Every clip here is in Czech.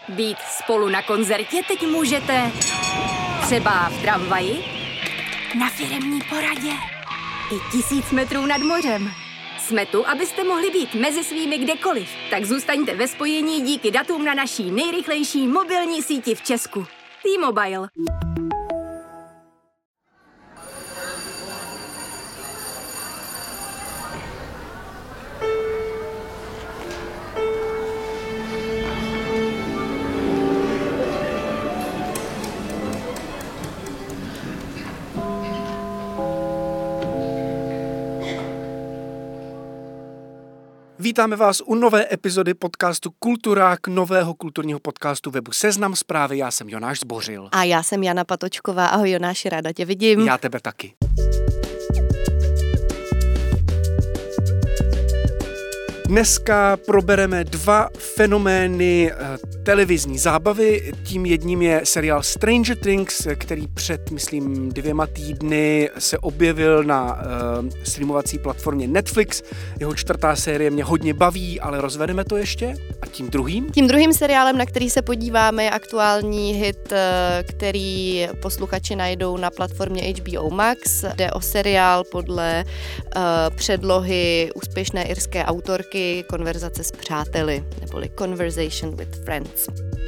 Být spolu na koncertě teď můžete třeba v tramvaji, na firemní poradě i 1000 metrů nad mořem. Jsme tu, abyste mohli být mezi svými kdekoliv. Tak zůstaňte ve spojení díky datům na naší nejrychlejší mobilní síti v Česku. T-Mobile. Vítáme vás u nové epizody podcastu Kulturák, nového kulturního podcastu webu Seznam Zprávy. Já jsem Jonáš Zbořil. A já jsem Jana Patočková. Ahoj Jonáši, ráda tě vidím. Já tebe taky. Dneska probereme dva fenomény televizní zábavy. Tím jedním je seriál Stranger Things, který před, myslím, 2 týdny se objevil na streamovací platformě Netflix. Jeho 4. série mě hodně baví, ale rozvedeme to ještě. A tím druhým? Tím druhým seriálem, na který se podíváme, je aktuální hit, který posluchači najdou na platformě HBO Max. Jde o seriál podle předlohy úspěšné irské autorky Konverzace s přáteli, neboli Conversation with Friends.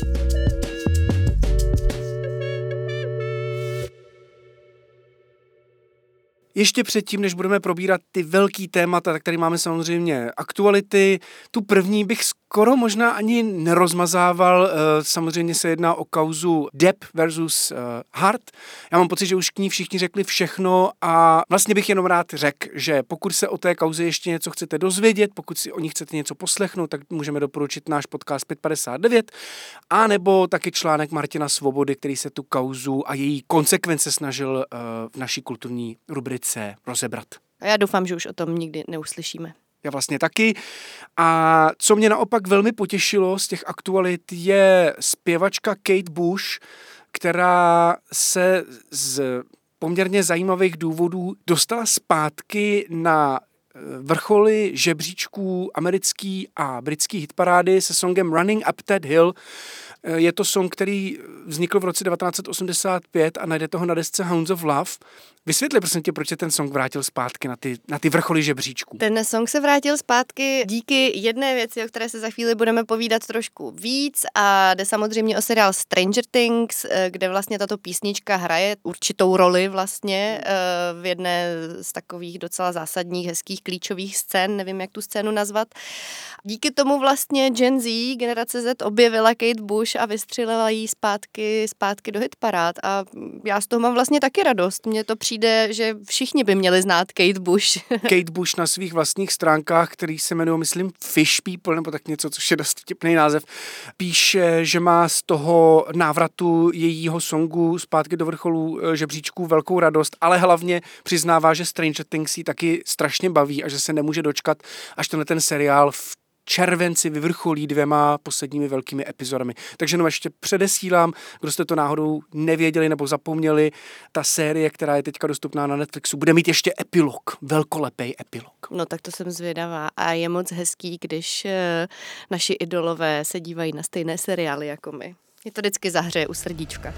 Ještě předtím, než budeme probírat ty velký témata, tak tady máme samozřejmě aktuality. Tu první bych skoro možná ani nerozmazával. Samozřejmě se jedná o kauzu Depp versus Hart. Já mám pocit, že už k ní všichni řekli všechno a vlastně bych jenom rád řekl, že pokud se o té kauze ještě něco chcete dozvědět, pokud si o ní chcete něco poslechnout, tak můžeme doporučit náš podcast 559, a nebo taky článek Martina Svobody, který se tu kauzu a její konsekvence snažil v naší kulturní rubrice rozebrat. A já doufám, že už o tom nikdy neuslyšíme. Já vlastně taky. A co mě naopak velmi potěšilo z těch aktualit je zpěvačka Kate Bush, která se z poměrně zajímavých důvodů dostala zpátky na vrcholy žebříčků americký a britský hitparády se songem Running Up That Hill. Je to song, který vznikl v roce 1985 a najdete ho na desce Hounds of Love. Vysvětli, prosím tě, proč se ten song vrátil zpátky na ty vrcholy žebříčků. Ten song se vrátil zpátky díky jedné věci, o které se za chvíli budeme povídat trošku víc, a jde samozřejmě o seriál Stranger Things, kde vlastně tato písnička hraje určitou roli vlastně v jedné z takových docela zásadních, hezkých, klíčových scén, nevím, jak tu scénu nazvat. Díky tomu vlastně Gen Z, generace Z, objevila Kate Bush a vystřelila jí zpátky do hitparád, a já z toho mám vlastně taky radost. Mně to přijde, že všichni by měli znát Kate Bush. Kate Bush na svých vlastních stránkách, který se jmenují, myslím, Fish People, nebo tak něco, což je dost vtipný název, píše, že má z toho návratu jejího songu zpátky do vrcholů žebříčků velkou radost, ale hlavně přiznává, že Stranger Things jí taky strašně baví a že se nemůže dočkat, až ten seriál v červenci vyvrcholí 2 posledními velkými epizodami. Takže jenom ještě předesílám, kdo jste to náhodou nevěděli nebo zapomněli, ta série, která je teďka dostupná na Netflixu, bude mít ještě epilog, velkolepý epilog. No tak to jsem zvědavá a je moc hezký, když naši idolové se dívají na stejné seriály jako my. Je to vždycky zahřeje u srdíčka.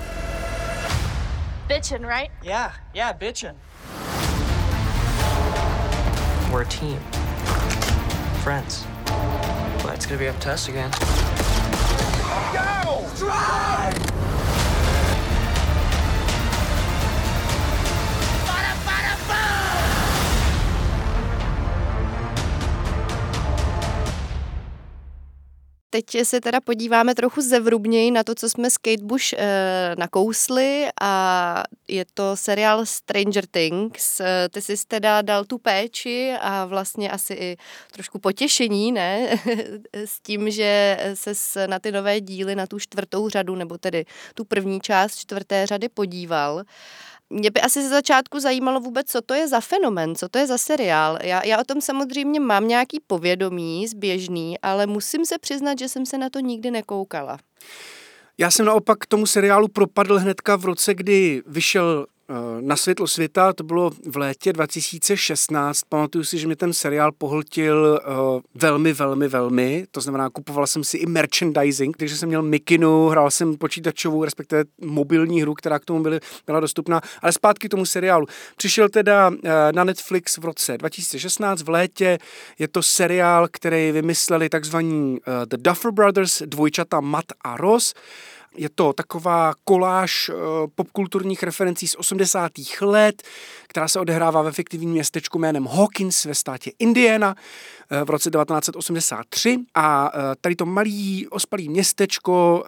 Bitchin', right? Yeah, bitchin'. We're a team. Friends. But it's gonna be up to us again. Go! Drive! Teď se teda podíváme trochu zevrubněji na to, co jsme s Kate Bush nakousli, a je to seriál Stranger Things. Ty jsi teda dal tu péči a vlastně asi i trošku potěšení, ne? S tím, že ses na ty nové díly, na tu 4. řadu, nebo tedy tu první část 4. řady podíval. Mě by asi ze začátku zajímalo vůbec, co to je za fenomén, co to je za seriál. Já o tom samozřejmě mám nějaký povědomí zběžný, ale musím se přiznat, že jsem se na to nikdy nekoukala. Já jsem naopak k tomu seriálu propadl hnedka v roce, kdy vyšel na světlo světa, to bylo v létě 2016. Pamatuju si, že mě ten seriál pohltil velmi. To znamená, kupoval jsem si i merchandising, takže jsem měl mikinu, hrál jsem počítačovou, respektive mobilní hru, která k tomu byla dostupná. Ale zpátky k tomu seriálu. Přišel teda na Netflix v roce 2016 v létě. Je to seriál, který vymysleli takzvaní The Duffer Brothers, dvojčata Matt a Ross. Je to taková koláž popkulturních referencí z 80. let, která se odehrává ve fiktivním městečku jménem Hawkins ve státě Indiana v roce 1983. A tady to malý ospalý městečko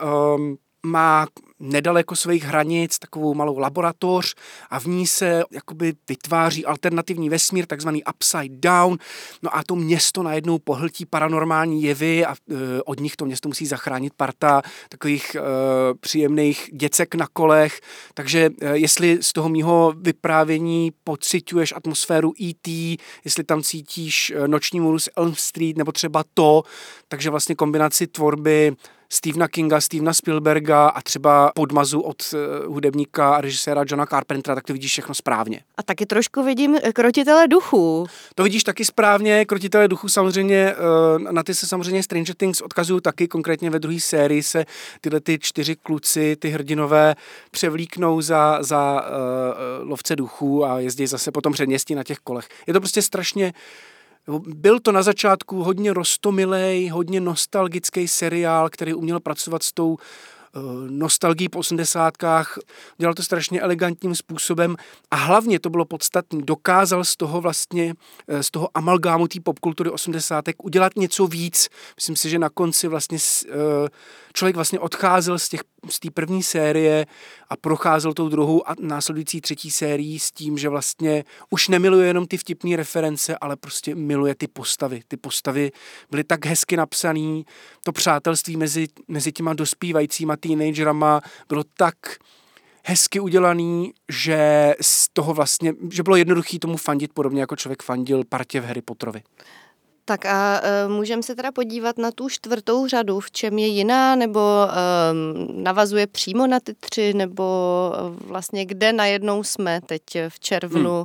má nedaleko svých hranic takovou malou laboratoř a v ní se jakoby vytváří alternativní vesmír, takzvaný upside down. No a to město najednou pohltí paranormální jevy a od nich to město musí zachránit parta takových příjemných děcek na kolech. Takže jestli z toho mýho vyprávění pociťuješ atmosféru E.T., jestli tam cítíš Noční můru z Elm Street nebo třeba to, takže vlastně kombinaci tvorby Stephena Kinga, Stevena Spielberga a třeba podmazu od hudebníka a režiséra Johna Carpentera, tak to vidíš všechno správně. A taky trošku vidím Krotitele duchů. To vidíš taky správně, Krotitele duchů samozřejmě, na ty se samozřejmě Stranger Things odkazují taky, konkrétně ve druhé sérii se tyhle ty 4 kluci, ty hrdinové převlíknou za lovce duchů a jezdí zase po tom předměstí na těch kolech. Je to prostě strašně. Byl to na začátku hodně roztomilej, hodně nostalgický seriál, který uměl pracovat s tou nostalgií po 80kách. Dělal to strašně elegantním způsobem a hlavně to bylo podstatné. Dokázal z toho amalgámu té popkultury 80 udělat něco víc. Myslím si, že na konci vlastně člověk vlastně odcházel z té první série a procházel tou druhou a následující 3. sérií s tím, že vlastně už nemiluje jenom ty vtipné reference, ale prostě miluje ty postavy. Ty postavy byly tak hezky napsaný, to přátelství mezi těma dospívajícíma teenagerama bylo tak hezky udělaný, že z toho vlastně, že bylo jednoduchý tomu fandit podobně, jako člověk fandil partě v Harry Potterovi. Tak a můžeme se teda podívat na tu 4. řadu, v čem je jiná, nebo navazuje přímo na ty 3, nebo vlastně kde najednou jsme teď v červnu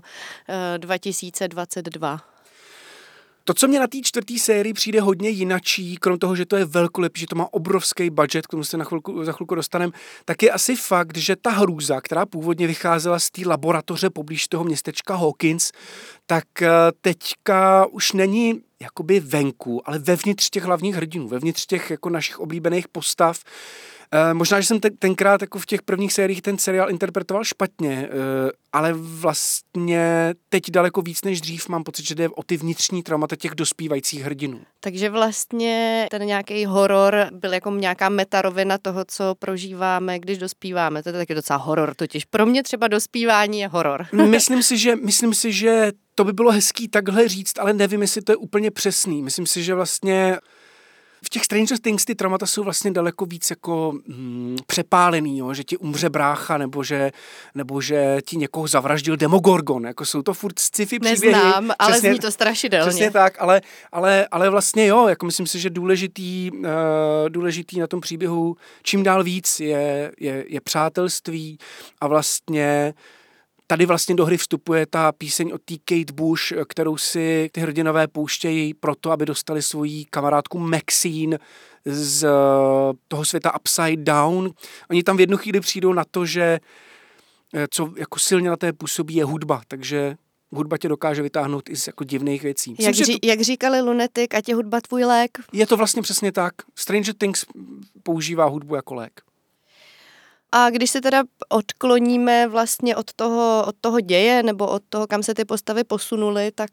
2022? To, co mě na té 4. sérii přijde hodně jinačí, krom toho, že to je velkolepý, že to má obrovský budget, k tomu se za chvilku dostaneme, tak je asi fakt, že ta hrůza, která původně vycházela z té laboratoře poblíž toho městečka Hawkins, tak teďka už není jakoby venku, ale vevnitř těch hlavních hrdinů, vevnitř těch jako našich oblíbených postav. Možná, že jsem tenkrát jako v těch prvních sériích ten seriál interpretoval špatně, ale vlastně teď daleko víc než dřív mám pocit, že jde o ty vnitřní traumata těch dospívajících hrdinů. Takže vlastně ten nějaký horor byl jako nějaká metarovina toho, co prožíváme, když dospíváme. To je taky docela horor totiž. Pro mě třeba dospívání je horor. Myslím si, že to by bylo hezký takhle říct, ale nevím, jestli to je úplně přesný. Myslím si, že vlastně v těch Stranger Things ty traumata jsou vlastně daleko víc jako přepálený, jo? Že ti umře brácha, nebo že ti někoho zavraždil Demogorgon, jako jsou to furt sci-fi příběhy. Neznám, ale přesně, zní to strašidelně. Přesně tak, ale vlastně jo, jako myslím si, že důležitý na tom příběhu čím dál víc je přátelství a vlastně tady vlastně do hry vstupuje ta píseň od té Kate Bush, kterou si ty hrdinové pouštějí proto, aby dostali svoji kamarádku Maxine z toho světa Upside Down. Oni tam v jednu chvíli přijdou na to, že co jako silně na té působí je hudba, takže hudba tě dokáže vytáhnout i z jako divných věcí. Jak říkali Lunatic, ať je hudba tvůj lék? Je to vlastně přesně tak. Stranger Things používá hudbu jako lék. A když se teda odkloníme vlastně od toho děje nebo od toho, kam se ty postavy posunuly, tak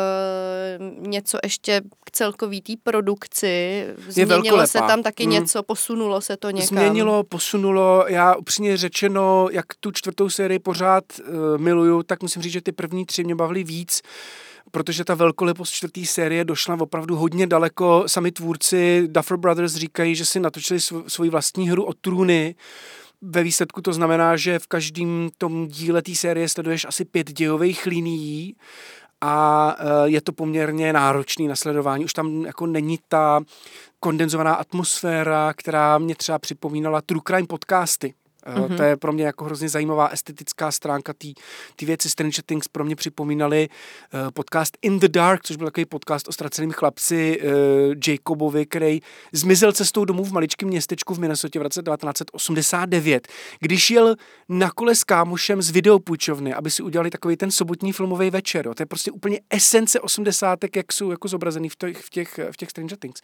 něco ještě k celkový té produkci. Změnilo se tam taky něco, posunulo se to někam? Posunulo. Já upřímně řečeno, jak tu 4. sérii pořád miluju, tak musím říct, že ty první 3 mě bavily víc, protože ta velkolepost 4. série došla opravdu hodně daleko. Sami tvůrci Duffer Brothers říkají, že si natočili svoji vlastní hru o trůny. Ve výsledku to znamená, že v každém tom díle té série sleduješ asi 5 dějových linií a je to poměrně náročný na sledování. Už tam jako není ta kondenzovaná atmosféra, která mě třeba připomínala true crime podcasty. To je pro mě jako hrozně zajímavá estetická stránka ty věci. Stranger Things pro mě připomínali podcast In the Dark, což byl takový podcast o ztraceným chlapci Jacobovi, který zmizel cestou domů v maličkém městečku v Minnesotě v roce 1989, když jel na kole s kámošem z videopůjčovny, aby si udělali takový ten sobotní filmový večer. Jo. To je prostě úplně esence 80, jak jsou jako zobrazený v těch Stranger Things.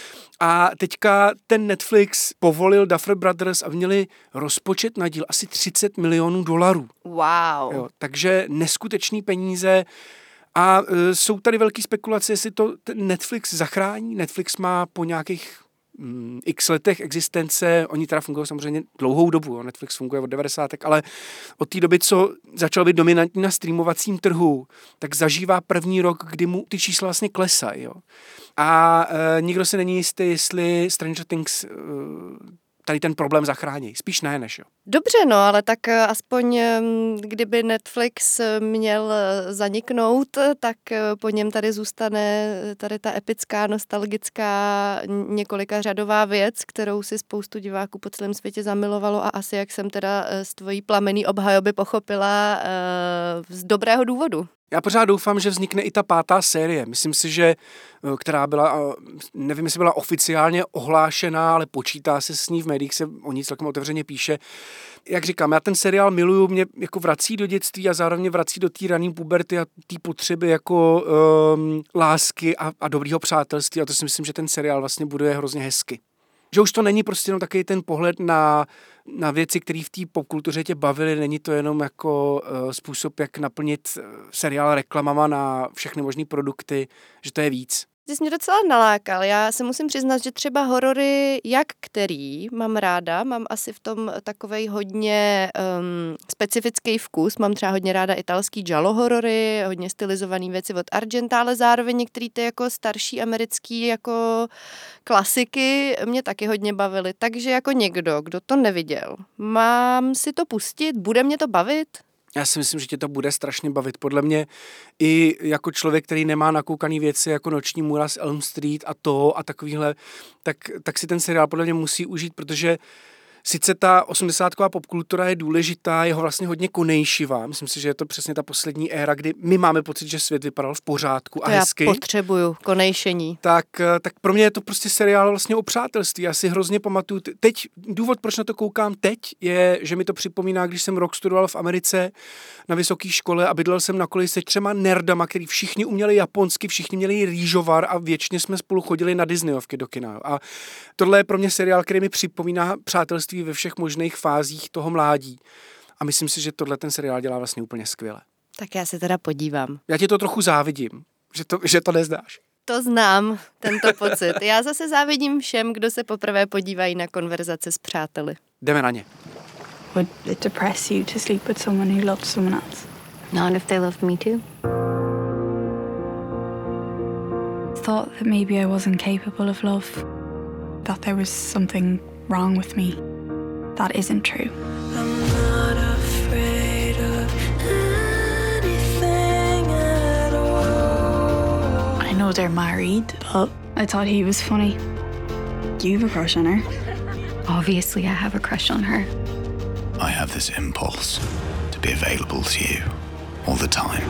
A teďka ten Netflix povolil Duffer Brothers a měli rozpočet na díl asi $30 milionů. Wow. Jo, takže neskutečný peníze a jsou tady velké spekulace, jestli to Netflix zachrání. Netflix má po nějakých x letech existence, oni teda fungují samozřejmě dlouhou dobu, Netflix funguje od 90, ale od té doby, co začal být dominantní na streamovacím trhu, tak zažívá první rok, kdy mu ty čísla vlastně klesají. Jo. A nikdo si není jistý, jestli Stranger Things tady ten problém zachrání. Spíš ne, než jo. Dobře, no, ale tak aspoň kdyby Netflix měl zaniknout, tak po něm tady zůstane tady ta epická, nostalgická, několika řadová věc, kterou si spoustu diváků po celém světě zamilovalo a asi, jak jsem teda z tvojí plamenný obhajoby pochopila, z dobrého důvodu. Já pořád doufám, že vznikne i ta 5. série. Myslím si, že která byla, nevím, jestli byla oficiálně ohlášená, ale počítá se s ní, v médiích se o ní celkem otevřeně píše. Jak říkám, já ten seriál miluju, mě jako vrací do dětství a zároveň vrací do té rané puberty a té potřeby jako lásky a dobrýho přátelství a to si myslím, že ten seriál vlastně buduje hrozně hezky. Že už to není prostě jenom takový ten pohled na věci, které v té popkultuře tě bavily, není to jenom jako způsob, jak naplnit seriál reklamama na všechny možný produkty, že to je víc. Ty jsi mě docela nalákal. Já se musím přiznat, že třeba horory, jak který, mám ráda. Mám asi v tom takovej hodně specifický vkus. Mám třeba hodně ráda italský giallo horory, hodně stylizované věci od Argenta, ale zároveň některé ty jako starší americký jako klasiky mě taky hodně bavily. Takže jako někdo, kdo to neviděl, mám si to pustit? Bude mě to bavit? Já si myslím, že tě to bude strašně bavit. Podle mě i jako člověk, který nemá nakoukaný věci jako Noční můra z Elm Street a takovýhle, tak si ten seriál podle mě musí užít, protože sice ta 80ková popkultura je důležitá, je ho vlastně hodně konejšivá. Myslím si, že je to přesně ta poslední éra, kdy my máme pocit, že svět vypadal v pořádku a hezky. Já potřebuju konejšení. Tak pro mě je to prostě seriál vlastně o přátelství. Já si hrozně pamatuju. Teď důvod, proč na to koukám teď, je, že mi to připomíná, když jsem rok studoval v Americe na vysoké škole a bydlel jsem na koleji se 3 nerdama, který všichni uměli japonsky, všichni měli rýžovar a věčně jsme spolu chodili na Disneyovky do kina. A tohle je pro mě seriál, který mi připomíná přátelství ve všech možných fázích toho mládí. A myslím si, že tohle ten seriál dělá vlastně úplně skvěle. Tak já se teda podívám. Já ti to trochu závidím, že to neznáš. To znám, tento pocit. Já zase závidím všem, kdo se poprvé podívají na konverzace s přáteli. Jdeme na ně. Would it depress you to sleep with someone who loved someone else? Not if they loved me too. Thought that maybe I wasn't capable of love. That there was something wrong with me. That isn't true. I'm not afraid of anything at all. I know they're married, but I thought he was funny. You have a crush on her? Obviously, I have a crush on her. I have this impulse to be available to you all the time.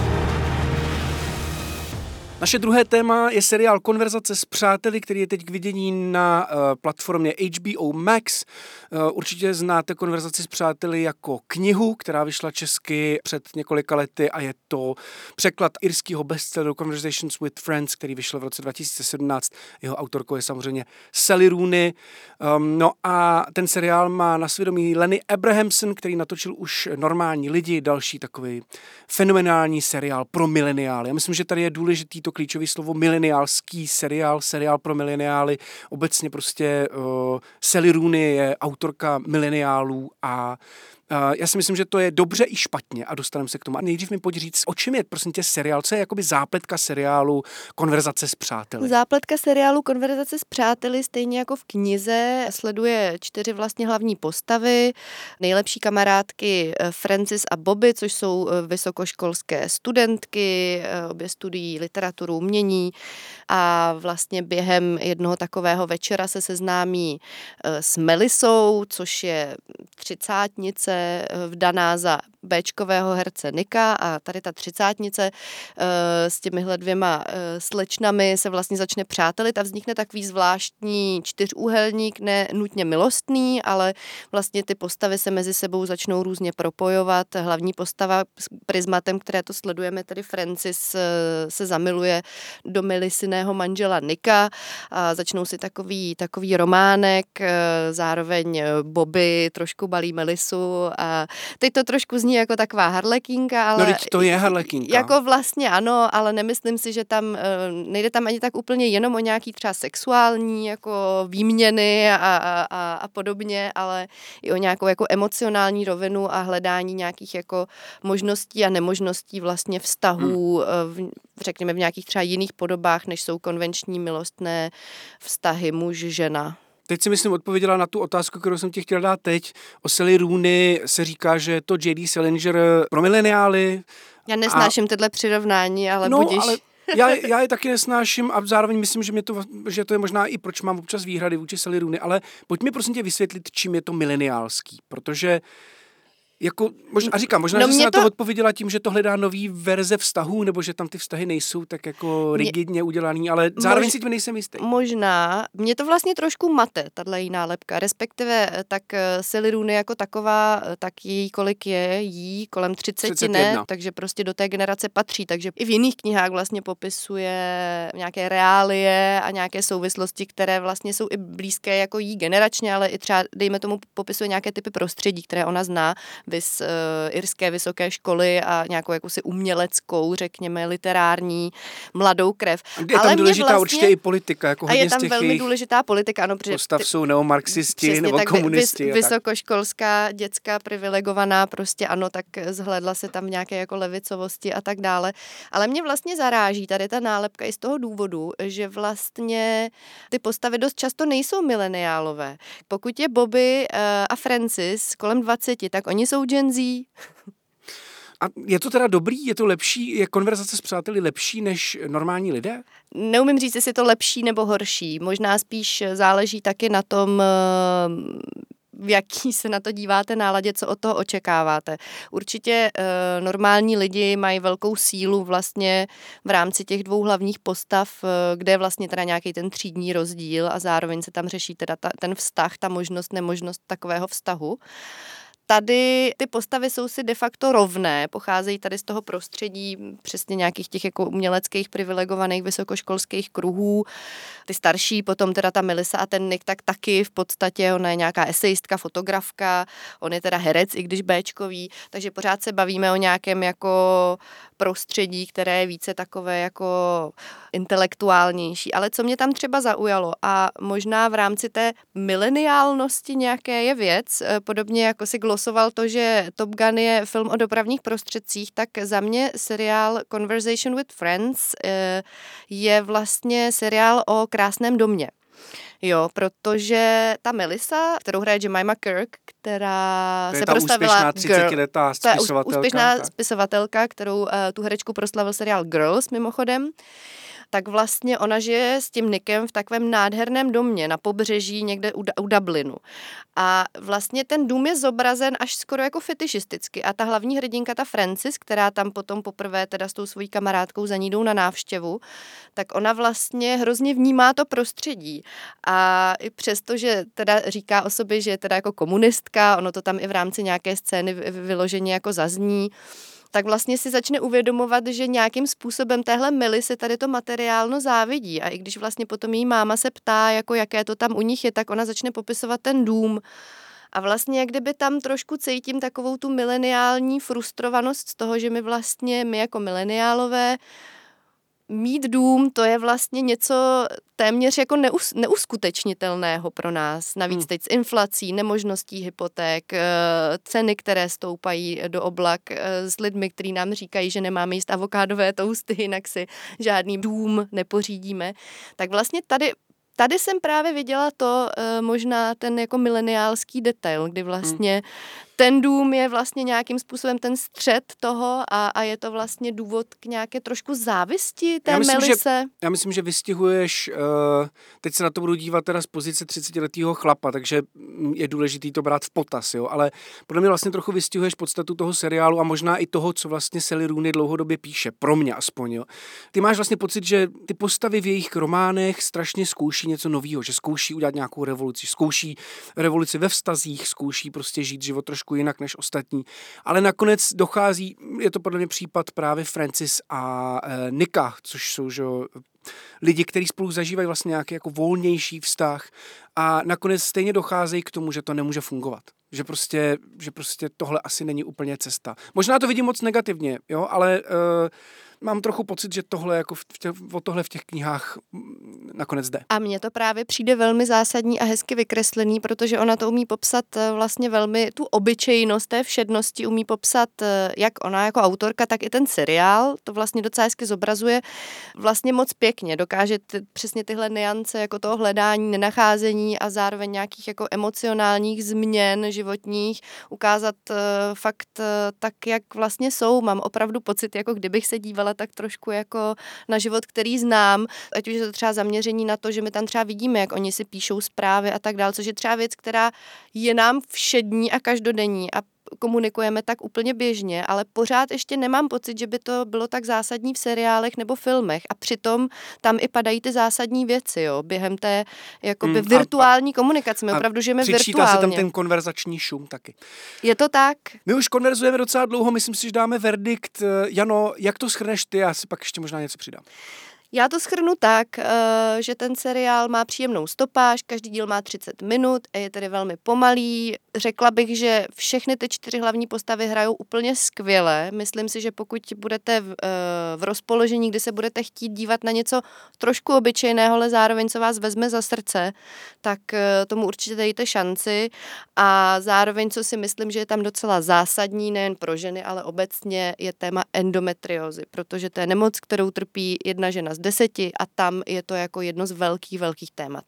Naše druhé téma je seriál Konverzace s přáteli, který je teď k vidění na platformě HBO Max. Určitě znáte Konverzaci s přáteli jako knihu, která vyšla česky před několika lety a je to překlad irského bestselleru Conversations with Friends, který vyšel v roce 2017. Jeho autorkou je samozřejmě Sally Rooney. No a ten seriál má na svědomí Lenny Abrahamson, který natočil už Normální lidi, další takový fenomenální seriál pro mileniály. Já myslím, že tady je důležitý to klíčové slovo mileniálský seriál pro mileniály. Obecně prostě Sally Rooney je autorka mileniálů a Já si myslím, že to je dobře i špatně a dostaneme se k tomu. A nejdřív mi pojď říct, o čem je prosím tě seriál, co je jakoby zápletka seriálu Konverzace s přáteli? Zápletka seriálu Konverzace s přáteli, stejně jako v knize, sleduje 4 vlastně hlavní postavy, nejlepší kamarádky Frances a Bobby, což jsou vysokoškolské studentky, obě studují literaturu, umění a vlastně během jednoho takového večera se seznámí s Melisou, což je třicátnice vdaná za béčkového herce Nika a tady ta třicátnice s těmihle 2 slečnami se vlastně začne přátelit a vznikne takový zvláštní čtyřúhelník, ne nutně milostný, ale vlastně ty postavy se mezi sebou začnou různě propojovat. Hlavní postava s prismatem, které to sledujeme, tedy Frances, se zamiluje do Melisyného manžela Nika a začnou si takový románek, zároveň Bobby trošku balí Melisu a teď to trošku zní jako taková harlekínka, ale... No teď to je harlekínka. Jako vlastně ano, ale nemyslím si, že tam nejde tam ani tak úplně jenom o nějaký třeba sexuální jako výměny a podobně, ale i o nějakou jako emocionální rovinu a hledání nějakých jako možností a nemožností vlastně vztahů, řekněme v nějakých třeba jiných podobách, než jsou konvenční milostné vztahy muž-žena. Teď si myslím odpověděla na tu otázku, kterou jsem ti chtěl dát teď. O Sally Rooney se říká, že je to J.D. Salinger pro mileniály. Já nesnáším tyhle přirovnání, ale budiš. Ale já je taky nesnáším a zároveň myslím, že to je možná i proč mám občas výhrady vůči Sally Rooney, ale pojď mi prosím tě vysvětlit, čím je to mileniálský, protože jako, možná, že jsi na to odpověděla tím, že to hledá nový verze vztahů, nebo že tam ty vztahy nejsou tak jako rigidně udělaný, ale zároveň si tím nejsem jistý. Možná. Mě to vlastně trošku mate, tahle jiná nálepka, respektive tak Sally Rooney jako taková, tak její kolik je, jí kolem 30, 31. Ne, takže prostě do té generace patří, takže i v jiných knihách vlastně popisuje nějaké reálie a nějaké souvislosti, které vlastně jsou i blízké jako jí generačně, ale i třeba, dejme tomu, popisuje nějaké typy prostředí, které ona zná, vys irské vysoké školy a nějakou jakousi uměleckou, řekněme, literární mladou krev. Je tam důležitá určitě i politika, jako hodně je tam z těch velmi důležitá politika, ano, protože postav jsou neomarxisti nebo tak komunisti. Vysokoškolská dětská privilegovaná, prostě ano, tak zhlédla se tam nějaké jako levicovosti a tak dále. Ale mě vlastně zaráží tady ta nálepka i z toho důvodu, že vlastně ty postavy dost často nejsou mileniálové. Pokud je Bobby a Frances kolem 20, tak oni jsou Gen Z. A je to teda dobrý? Je to lepší? Je Konverzace s přáteli lepší než normální lidé? Neumím říct, jestli je to lepší nebo horší. Možná spíš záleží taky na tom, v jaký se na to díváte náladě, co od toho očekáváte. Určitě normální lidi mají velkou sílu vlastně v rámci těch 2 hlavních postav, kde je vlastně teda nějaký ten třídní rozdíl a zároveň se tam řeší teda ten vztah, ta možnost, nemožnost takového vztahu. Tady ty postavy jsou si de facto rovné, pocházejí tady z toho prostředí přesně nějakých těch jako uměleckých privilegovaných vysokoškolských kruhů. Ty starší, potom teda ta Melissa a ten Nick, tak taky v podstatě, ona je nějaká esejistka, fotografka, on je teda herec, i když béčkový, takže pořád se bavíme o nějakém jako prostředí, které je více takové jako intelektuálnější. Ale co mě tam třeba zaujalo a možná v rámci té mileniálnosti nějaké je věc, podobně jako si glosoval to, že Top Gun je film o dopravních prostředcích, tak za mě seriál Conversation with Friends je vlastně seriál o krásném domě. Jo, protože ta Melissa, kterou hraje Jemima Kirk, která se proslavila... To je ta úspěšná 30letá spisovatelka. To je úspěšná spisovatelka, kterou tu herečku proslavil seriál Girls mimochodem. Tak vlastně ona žije s tím Nickem v takovém nádherném domě na pobřeží někde u Dublinu. A vlastně ten dům je zobrazen až skoro jako fetišisticky. A ta hlavní hrdinka, ta Frances, která tam potom poprvé teda s tou svojí kamarádkou za ní jdou na návštěvu, tak ona vlastně hrozně vnímá to prostředí. A i přesto, že teda říká o sobě, že je teda jako komunistka, ono to tam i v rámci nějaké scény vyloženě jako zazní, tak vlastně si začne uvědomovat, že nějakým způsobem téhle Melissy tady to materiálno závidí. A i když vlastně potom její máma se ptá, jako jaké to tam u nich je, tak ona začne popisovat ten dům. A vlastně jak kdyby tam trošku cítím takovou tu mileniální frustrovanost z toho, že my jako mileniálové mít dům, to je vlastně něco téměř jako neuskutečnitelného pro nás. Navíc teď s inflací, nemožností hypoték, ceny, které stoupají do oblak, s lidmi, kteří nám říkají, že nemáme jíst avokádové tousty, jinak si žádný dům nepořídíme. Tak vlastně tady jsem právě viděla to, možná ten jako mileniálský detail, kdy vlastně ten dům je vlastně nějakým způsobem ten střed toho a je to vlastně důvod k nějaké trošku závisti té Melise. Já myslím, že vystihuješ, teď se na to budu dívat teda z pozice 30letého chlapa, takže je důležitý to brát v potaz, jo, ale podle mě vlastně trochu vystihuješ podstatu toho seriálu a možná i toho, co vlastně Sally Rooney dlouhodobě píše, pro mě aspoň, jo. Ty máš vlastně pocit, že ty postavy v jejich románech strašně zkouší něco nového, že zkouší udělat nějakou revoluci, zkouší revoluci ve vztazích, zkouší prostě žít život trošku jinak než ostatní. Ale nakonec dochází, je to podle mě případ právě Francis a Nicka, což jsou že, lidi, kteří spolu zažívají vlastně nějaký jako volnější vztah a nakonec stejně docházejí k tomu, že to nemůže fungovat. Že prostě tohle asi není úplně cesta. Možná to vidím moc negativně, jo, ale mám trochu pocit, že tohle jako o tohle v těch knihách nakonec jde. A mně to právě přijde velmi zásadní a hezky vykreslený, protože ona to umí popsat vlastně velmi, tu obyčejnost té všednosti umí popsat jak ona jako autorka, tak i ten seriál. To vlastně docela hezky zobrazuje vlastně moc pěkně. Dokáže přesně tyhle nuance jako toho hledání, nenacházení a zároveň nějakých jako emocionálních změn životních ukázat fakt tak, jak vlastně jsou. Mám opravdu pocit, jako kdybych se dívala tak trošku jako na život, který znám, ať už je to třeba zaměření na to, že my tam třeba vidíme, jak oni si píšou zprávy a tak dál, což je třeba věc, která je nám všední a každodenní a komunikujeme tak úplně běžně, ale pořád ještě nemám pocit, že by to bylo tak zásadní v seriálech nebo filmech a přitom tam i padají ty zásadní věci, jo, během té jakoby virtuální komunikace. My opravdu žijeme virtuálně. Přičítá se tam ten konverzační šum taky. Je to tak? My už konverzujeme docela dlouho, myslím si, že dáme verdikt. Jano, jak to shrneš ty? Já si pak ještě možná něco přidám. Já to shrnu tak, že ten seriál má příjemnou stopáž, každý díl má 30 minut a je tedy velmi pomalý. Řekla bych, že všechny ty 4 hlavní postavy hrajou úplně skvěle. Myslím si, že pokud budete v rozpoložení, kdy se budete chtít dívat na něco trošku obyčejného, ale zároveň co vás vezme za srdce, tak tomu určitě dejte šanci. A zároveň, co si myslím, že je tam docela zásadní, nejen pro ženy, ale obecně je téma endometriózy, protože to je nemoc, kterou trpí jedna žena z 10 a tam je to jako jedno z velkých témat.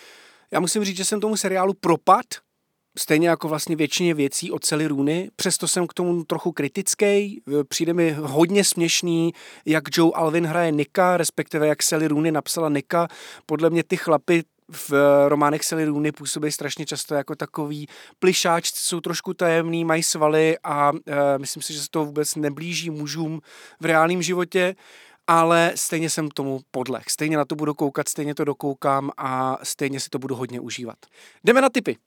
Já musím říct, že jsem tomu seriálu propad, stejně jako vlastně většině věcí od Sally Rooney, přesto jsem k tomu trochu kritický. Přijde mi hodně směšný, jak Joe Alwyn hraje Nicka, respektive jak Sally Rooney napsala Nicka. Podle mě ty chlapy v románech Sally Rooney působí strašně často jako takový plišáčci, jsou trošku tajemný, mají svaly a myslím si, že se to vůbec neblíží mužům v reálném životě. Ale stejně jsem tomu podleh. Stejně na to budu koukat, stejně to dokoukám a stejně si to budu hodně užívat. Jdeme na tipy.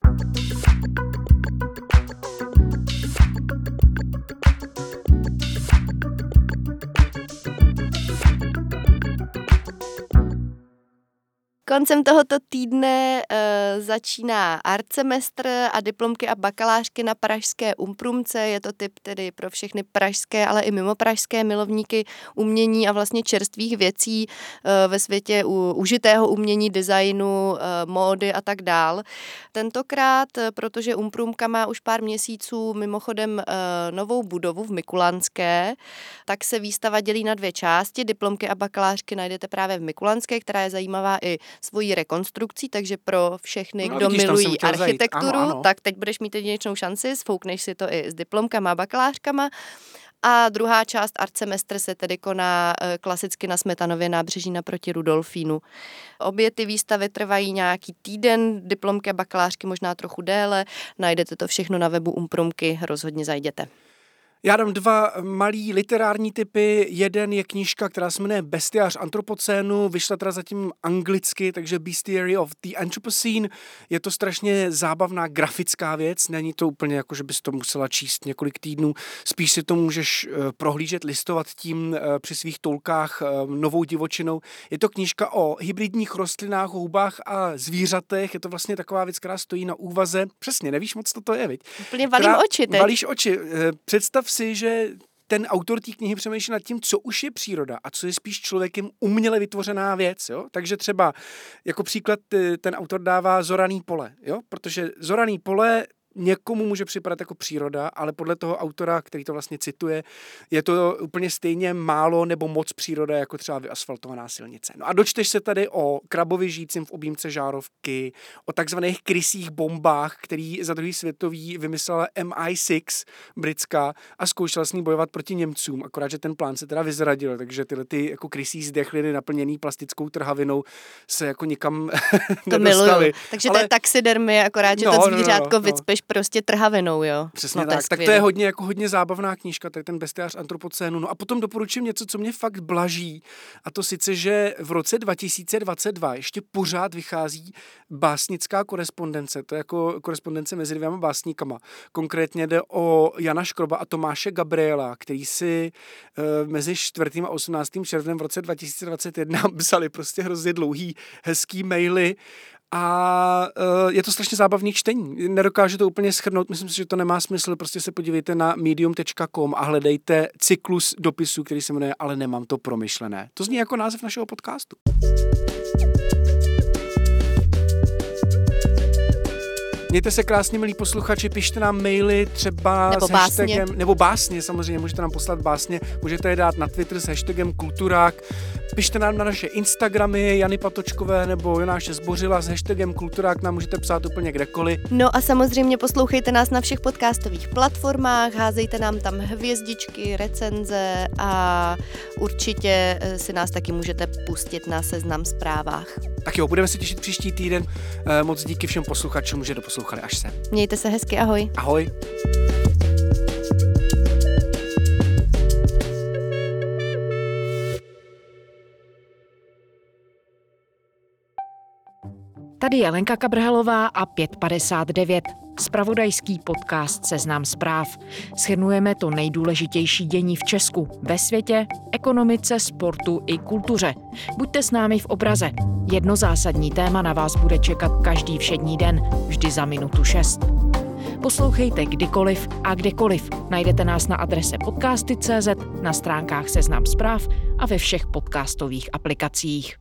Koncem tohoto týdne začíná artsemestr a diplomky a bakalářky na pražské Umprumce. Je to tip tedy pro všechny pražské, ale i mimo pražské milovníky umění a vlastně čerstvých věcí ve světě užitého umění, designu, módy a tak dál. Tentokrát, protože Umprumka má už pár měsíců mimochodem novou budovu v Mikulanské, tak se výstava dělí na 2 části. Diplomky a bakalářky najdete právě v Mikulanské, která je zajímavá i svojí rekonstrukcí, takže pro všechny, kdo milují architekturu, ano. Tak teď budeš mít jedinečnou šanci, sfoukneš si to i s diplomkama a bakalářkama. A druhá část artsemestr se tedy koná klasicky na Smetanově nábřeží naproti Rudolfínu. Obě ty výstavy trvají nějaký týden, diplomky a bakalářky možná trochu déle, najdete to všechno na webu Umprumky, rozhodně zajděte. Já dám 2 malý literární tipy. Jeden je knížka, která se jmenuje Bestiář antropocénu, vyšla teda zatím anglicky, takže Bestiary of the Anthropocene. Je to strašně zábavná grafická věc, není to úplně jako, že bys to musela číst několik týdnů, spíš si to můžeš prohlížet, listovat tím při svých toulkách novou divočinou. Je to knížka o hybridních rostlinách, houbách a zvířatech, je to vlastně taková věc, která stojí na úvaze. Přesně, nevíš moc, co to je, viď? Úplně valím oči teď. Valíš oči. Představ si, že ten autor té knihy přemýšlí nad tím, co už je příroda a co je spíš člověkem uměle vytvořená věc. Jo? Takže třeba jako příklad ten autor dává zoraný pole, jo? Protože zoraný pole někomu může připadat jako příroda, ale podle toho autora, který to vlastně cituje, je to úplně stejně málo nebo moc příroda, jako třeba vyasfaltovaná silnice. No a dočteš se tady o krabovi žijícím v objímce žárovky, o takzvaných krysích bombách, který za druhý světový vymyslela MI6 britská a zkoušela s ní bojovat proti Němcům, akorát, že ten plán se teda vyzradil, takže tyhle ty jako krysí zdechliny naplněný plastickou trhavinou se jako nikam nedostali. Takže to je taxidermie, akorát, že to zvířátko vycpeš prostě trhavinou, jo. Přesně tak. Tak to je hodně zábavná knížka, tady ten bestiář antropocénu. No a potom doporučím něco, co mě fakt blaží, a to sice, že v roce 2022 ještě pořád vychází básnická korespondence. To je jako korespondence mezi dvěma básníkama. Konkrétně jde o Jana Škroba a Tomáše Gabriela, který si mezi 4. a 18. červnem v roce 2021 psali prostě hrozně dlouhý, hezký maily. A je to strašně zábavný čtení. Nedokážu to úplně shrnout, myslím si, že to nemá smysl, prostě se podívejte na medium.com a hledejte cyklus dopisů, který se jmenuje Ale nemám to promyšlené. To zní jako název našeho podcastu. Mějte se krásně, milí posluchači, pište nám maily třeba nebo s hashtagem, nebo básně, samozřejmě, můžete nám poslat básně, můžete je dát na Twitter s hashtagem Kulturák, pište nám na naše Instagramy Jany Patočkové nebo Jonáše Zbořila s hashtagem Kulturák, nám můžete psát úplně kdekoliv. No a samozřejmě poslouchejte nás na všech podcastových platformách, házejte nám tam hvězdičky, recenze a určitě si nás taky můžete pustit na Seznam Zprávách. Tak jo, budeme se těšit příští týden. Moc díky všem posluchačům, že doposlouchali až sem. Mějte se hezky, ahoj. Ahoj. Tady je Lenka Kabrhelová a 559, zpravodajský podcast Seznam Zpráv. Shrnujeme to nejdůležitější dění v Česku, ve světě, ekonomice, sportu i kultuře. Buďte s námi v obraze. Jedno zásadní téma na vás bude čekat každý všední den, vždy za minutu 6. Poslouchejte kdykoliv a kdekoliv. Najdete nás na adrese podcasty.cz, na stránkách Seznam Zpráv a ve všech podcastových aplikacích.